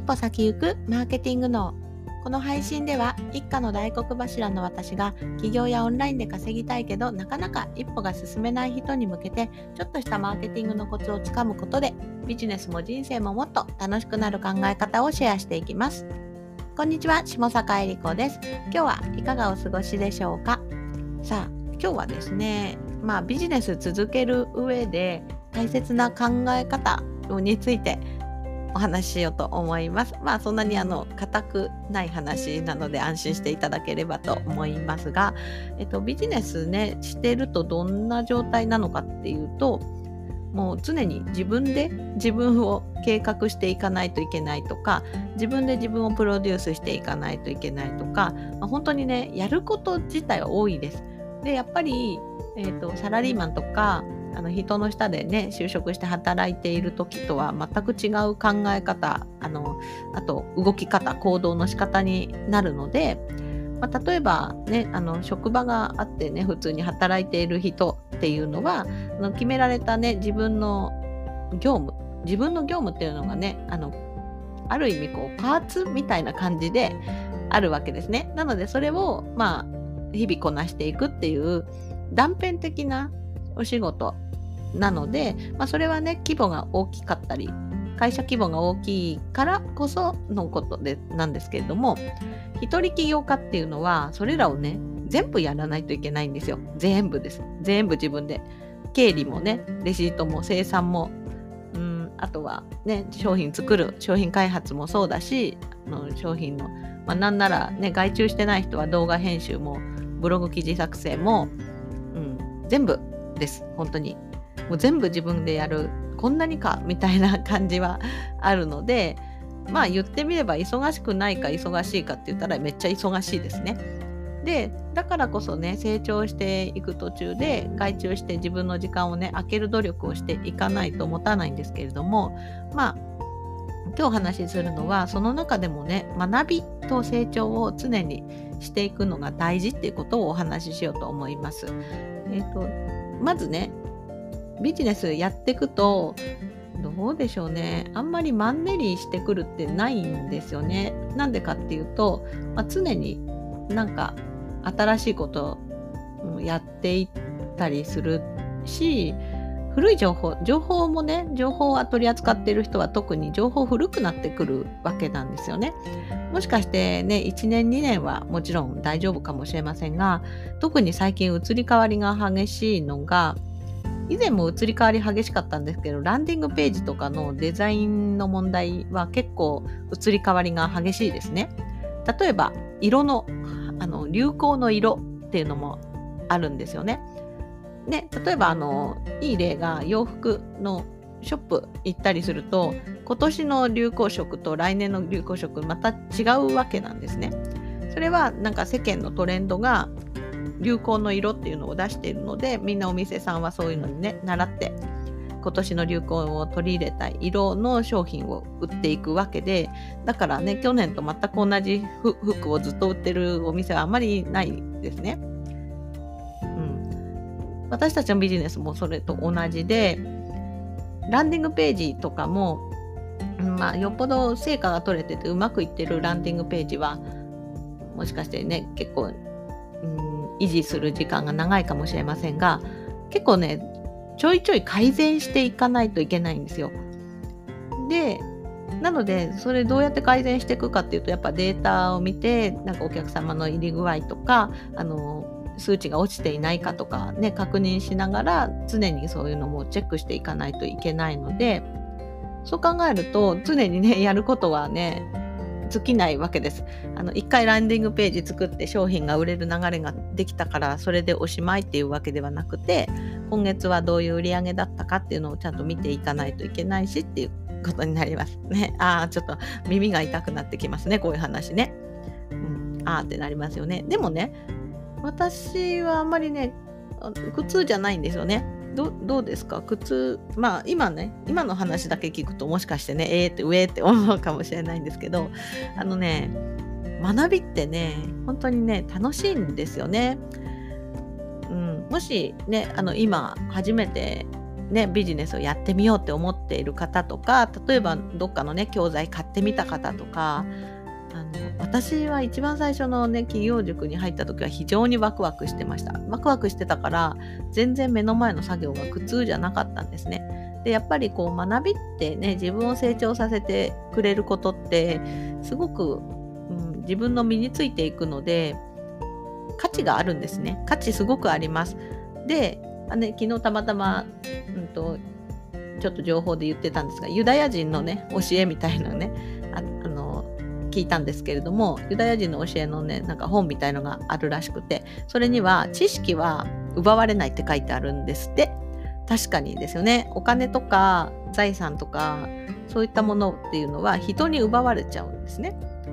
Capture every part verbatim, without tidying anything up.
歩先行くマーケティング脳。この配信では一家の大黒柱の私が起業やオンラインで稼ぎたいけどなかなか一歩が進めない人に向けてちょっとしたマーケティングのコツをつかむことでビジネスも人生ももっと楽しくなる考え方をシェアしていきます。こんにちは、下坂恵理子です。今日はいかがお過ごしでしょうか。さあ、今日はですね、まあビジネス続ける上で大切な考え方についてお話ししようと思います。まあそんなにあの固くない話なので安心していただければと思いますが、えっと、ビジネスねしてるとどんな状態なのかっていうと、もう常に自分で自分を計画していかないといけないとか、自分で自分をプロデュースしていかないといけないとか、まあ、本当にねやること自体は多いです。でやっぱり、えーと、サラリーマンとかあの人の下でね就職して働いている時とは全く違う考え方、あのあと動き方、行動の仕方になるので、まあ、例えばねあの職場があってね普通に働いている人っていうのはあの決められたね自分の業務自分の業務っていうのがねあのある意味こうパーツみたいな感じであるわけですね。なのでそれをまあ日々こなしていくっていう断片的なお仕事なので、まあ、それはね規模が大きかったり会社規模が大きいからこそのことでなんですけれども、一人起業家っていうのはそれらをね全部やらないといけないんですよ。全部です。全部自分で経理もねレシートも生産もうーんあとはね商品作る商品開発もそうだし、あの商品の、まあ、なんならね外注してない人は動画編集もブログ記事作成も、うん、全部です本当に。もう全部自分でやる、こんなにかみたいな感じはあるので、まあ言ってみれば忙しくないか忙しいかって言ったらめっちゃ忙しいですね。でだからこそね成長していく途中で外注して自分の時間をね空ける努力をしていかないと持たないんですけれども、まあ今日お話しするのはその中でもね学びと成長を常にしていくのが大事っていうことをお話ししようと思います。えーと、まずねビジネスやっていくとどうでしょうね、あんまりマンネリしてくるってないんですよね。なんでかっていうと、まあ、常になんか新しいことをやっていったりするし、古い情報情報もね情報を取り扱っている人は特に情報古くなってくるわけなんですよね。もしかしてねいちねんにねんはもちろん大丈夫かもしれませんが、特に最近移り変わりが激しいのが、以前も移り変わり激しかったんですけど、ランディングページとかのデザインの問題は結構移り変わりが激しいですね。例えば色の、あの流行の色っていうのもあるんですよね。ね、例えばあのいい例が洋服のショップ行ったりすると、今年の流行色と来年の流行色また違うわけなんですね。それはなんか世間のトレンドが流行の色っていうのを出しているので、みんなお店さんはそういうのにね習って今年の流行を取り入れた色の商品を売っていくわけで、だからね去年と全く同じ服をずっと売ってるお店はあまりないですね。うん、私たちのビジネスもそれと同じで、ランディングページとかも、まあ、よっぽど成果が取れててうまくいってるランディングページはもしかしてね結構、うん、維持する時間が長いかもしれませんが、結構ねちょいちょい改善していかないといけないんですよ。でなのでそれどうやって改善していくかっていうと、やっぱデータを見てなんかお客様の入り具合とかあの数値が落ちていないかとかね確認しながら常にそういうのもチェックしていかないといけないので、そう考えると常にねやることはね尽きないわけです。あの一回ランディングページ作って商品が売れる流れができたからそれでおしまいっていうわけではなくて、今月はどういう売り上げだったかっていうのをちゃんと見ていかないといけないしっていうことになりますね。ああちょっと耳が痛くなってきますね、こういう話ね。うん、あーってなりますよね。でもね私はあんまりね苦痛じゃないんですよね。ど, どうですか苦痛。まあ今ね今の話だけ聞くともしかしてねえーって上って思うかもしれないんですけど、あのね学びってね本当にね楽しいんですよね。うん、もしねあの今初めてね、ビジネスをやってみようって思っている方とか、例えばどっかのね教材買ってみた方とか、あの私は一番最初のね企業塾に入った時は非常にワクワクしてました。ワクワクしてたから全然目の前の作業が苦痛じゃなかったんですね。でやっぱりこう学びってね、自分を成長させてくれることってすごく、うん、自分の身についていくので価値があるんですね。価値すごくあります。で、あね、昨日たまたま、うんと、ちょっと情報で言ってたんですが、ユダヤ人のね教えみたいなのね、あ、あの聞いたんですけれども、ユダヤ人の教えのねなんか本みたいのがあるらしくて、それには知識は奪われないって書いてあるんですって。確かにですよね。お金とか財産とかそういったものっていうのは人に奪われちゃうんですね。うん、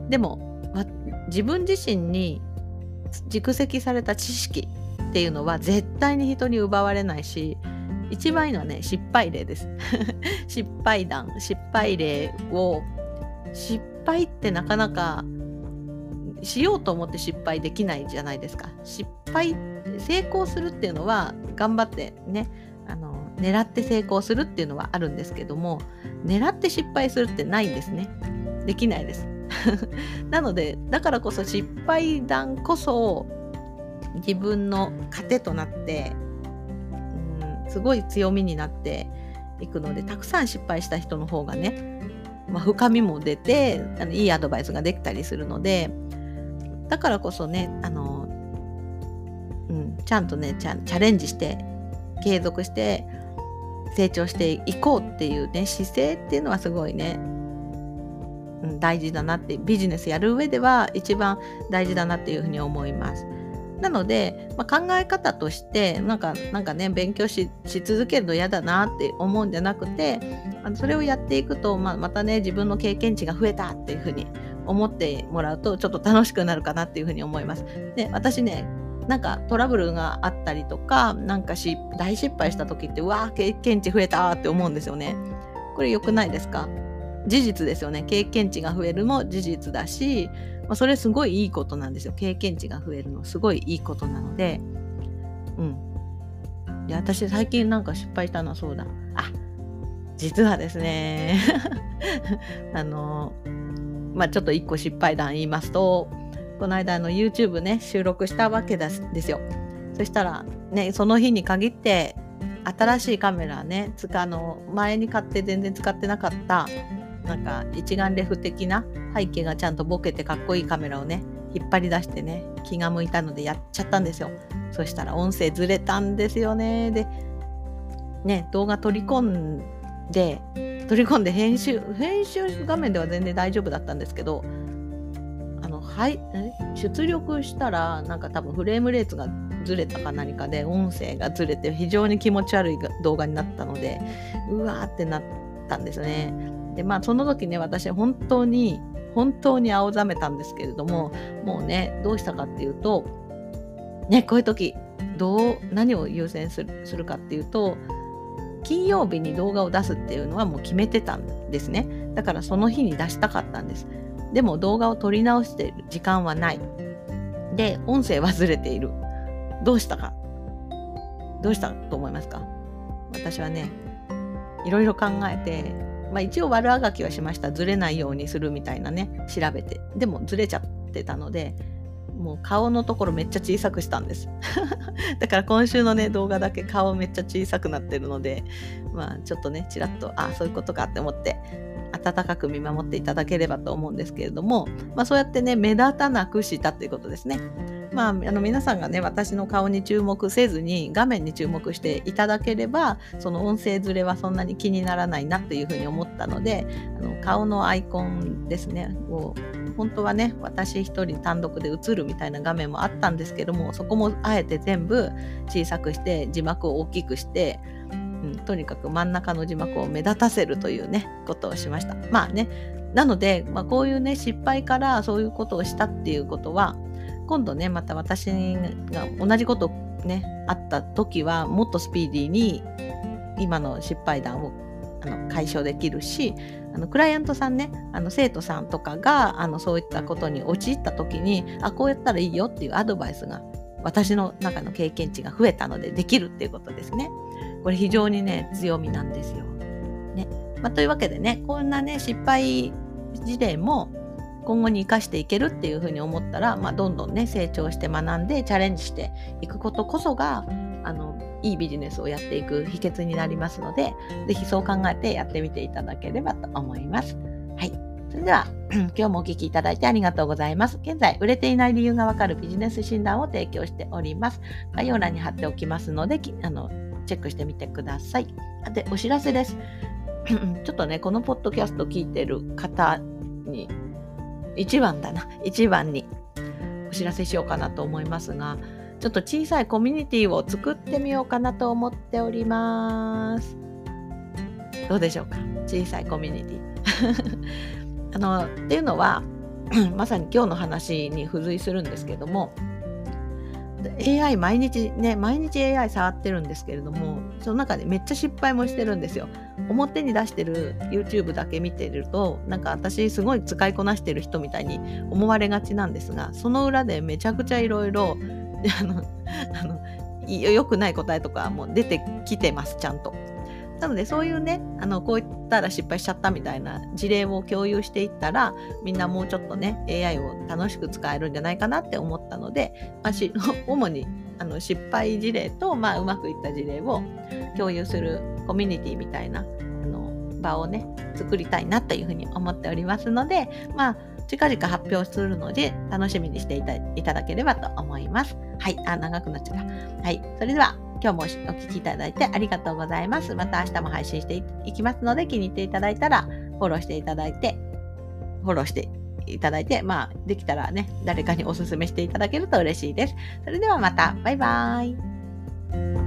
でも自分自身に蓄積された知識っていうのは絶対に人に奪われないし、一番いいのはね失敗例です失敗談、失敗例を、失敗ってなかなかしようと思って失敗できないじゃないですか。失敗、成功するっていうのは頑張ってね、あの狙って成功するっていうのはあるんですけども、狙って失敗するってないんですね。できないですなのでだからこそ失敗談こそ自分の糧となって、うん、すごい強みになっていくので、たくさん失敗した人の方がね、まあ、深みも出て、あのいいアドバイスができたりするので、だからこそね、あの、うん、ちゃんとねチャ、チャレンジして継続して成長していこうっていうね姿勢っていうのはすごいね、うん、大事だなって、ビジネスやる上では一番大事だなっていうふうに思います。なので、まあ、考え方としてなんかなんかね勉強 し, し続けるの嫌だなって思うんじゃなくて、あのそれをやっていくと、まあ、またね自分の経験値が増えたっていうふうに思ってもらうとちょっと楽しくなるかなっていうふうに思います。で、私ねなんかトラブルがあったりとか、なんかし大失敗した時って、うわー経験値増えたって思うんですよね。これ良くないですか？事実ですよね。経験値が増えるも事実だし、まあ、それすごいいいことなんですよ。経験値が増えるのすごいいいことなので、うん。いや、私最近なんか失敗したのはそうだ。あ、実はですね、あの、まあちょっと一個失敗談言いますと、この間あの YouTube ね収録したわけですよ。そしたらね、その日に限って新しいカメラね、つかあの前に買って全然使ってなかったなんか一眼レフ的な背景がちゃんとボケてかっこいいカメラをね引っ張り出してね、気が向いたのでやっちゃったんですよ。そしたら音声ずれたんですよね。でね、動画取り込んで取り込んで編集編集画面では全然大丈夫だったんですけど、あのはい出力したらなんか多分フレームレートがずれたか何かで音声がずれて非常に気持ち悪い動画になったので、うわーってなったんですね。でまあその時ね、私本当に本当に青ざめたんですけれども、もうねどうしたかっていうとね、こういう時どう何を優先する、するかっていうと、金曜日に動画を出すっていうのはもう決めてたんですね。だからその日に出したかったんです。でも動画を撮り直している時間はない。で音声はずれている。どうしたかどうしたと思いますか？私はねいろいろ考えて、まあ、一応悪あがきはしました。ずれないようにするみたいなね、調べて。でもずれちゃってたので、もう顔のところめっちゃ小さくしたんですだから今週のね動画だけ顔めっちゃ小さくなってるので、まあちょっとねちらっとあそういうことかって思って温かく見守っていただければと思うんですけれども、まあそうやってね目立たなくしたっていうことですね。まあ、あの皆さんがね私の顔に注目せずに画面に注目していただければ、その音声ずれはそんなに気にならないなっていうふうに思ったので、あの顔のアイコンですねを本当はね私一人単独で映るみたいな画面もあったんですけども、そこもあえて全部小さくして字幕を大きくして、うん、とにかく真ん中の字幕を目立たせるというねことをしました。まあね、なので、まあ、こういうね失敗からそういうことをしたっていうことは、今度ねまた私が同じことねあった時はもっとスピーディーに今の失敗談をあの解消できるし、あのクライアントさんね、あの生徒さんとかがあのそういったことに陥った時に、あこうやったらいいよっていうアドバイスが私の中の経験値が増えたのでできるっていうことですね。 これ非常にね、強みなんですよ。ね。まあ、というわけでね、こんなね、失敗事例も今後に生かしていけるっていうふうに思ったら、まあ、どんどんね、成長して学んでチャレンジしていくことこそが、あの、いいビジネスをやっていく秘訣になりますので、ぜひそう考えてやってみていただければと思います。はい。それでは、今日もお聞きいただいてありがとうございます。現在、売れていない理由がわかるビジネス診断を提供しております。概要欄に貼っておきますので、あの、チェックしてみてください。で、お知らせです。ちょっとね、このポッドキャスト聞いてる方に、一番だな、一番にお知らせしようかなと思いますが、ちょっと小さいコミュニティを作ってみようかなと思っております。どうでしょうか、小さいコミュニティ。あの、っていうのは、まさに今日の話に付随するんですけども、エーアイ 毎日ね、毎日 エーアイ 触ってるんですけれども、その中でめっちゃ失敗もしてるんですよ。表に出してる YouTube だけ見てると、なんか私すごい使いこなしてる人みたいに思われがちなんですが、その裏でめちゃくちゃいろいろ、あの、あの、良くない答えとかも出てきてます、ちゃんと。なのでそういうね、あの、こういったら失敗しちゃったみたいな事例を共有していったら、みんなもうちょっとね、エーアイ を楽しく使えるんじゃないかなって思ったので、まあ、し主にあの失敗事例と、まあ、うまくいった事例を共有するコミュニティみたいなあの場をね、作りたいなというふうに思っておりますので、まあ、近々発表するので楽しみにしていた、いただければと思います。はい、あ、長くなっちゃった。はい、それでは今日もお聞きいただいてありがとうございます。また明日も配信していきますので、気に入っていただいたらフォローしていただいて、フォローしていただいて、まあ、できたらね、誰かにお勧めしていただけると嬉しいです。それではまた、バイバーイ。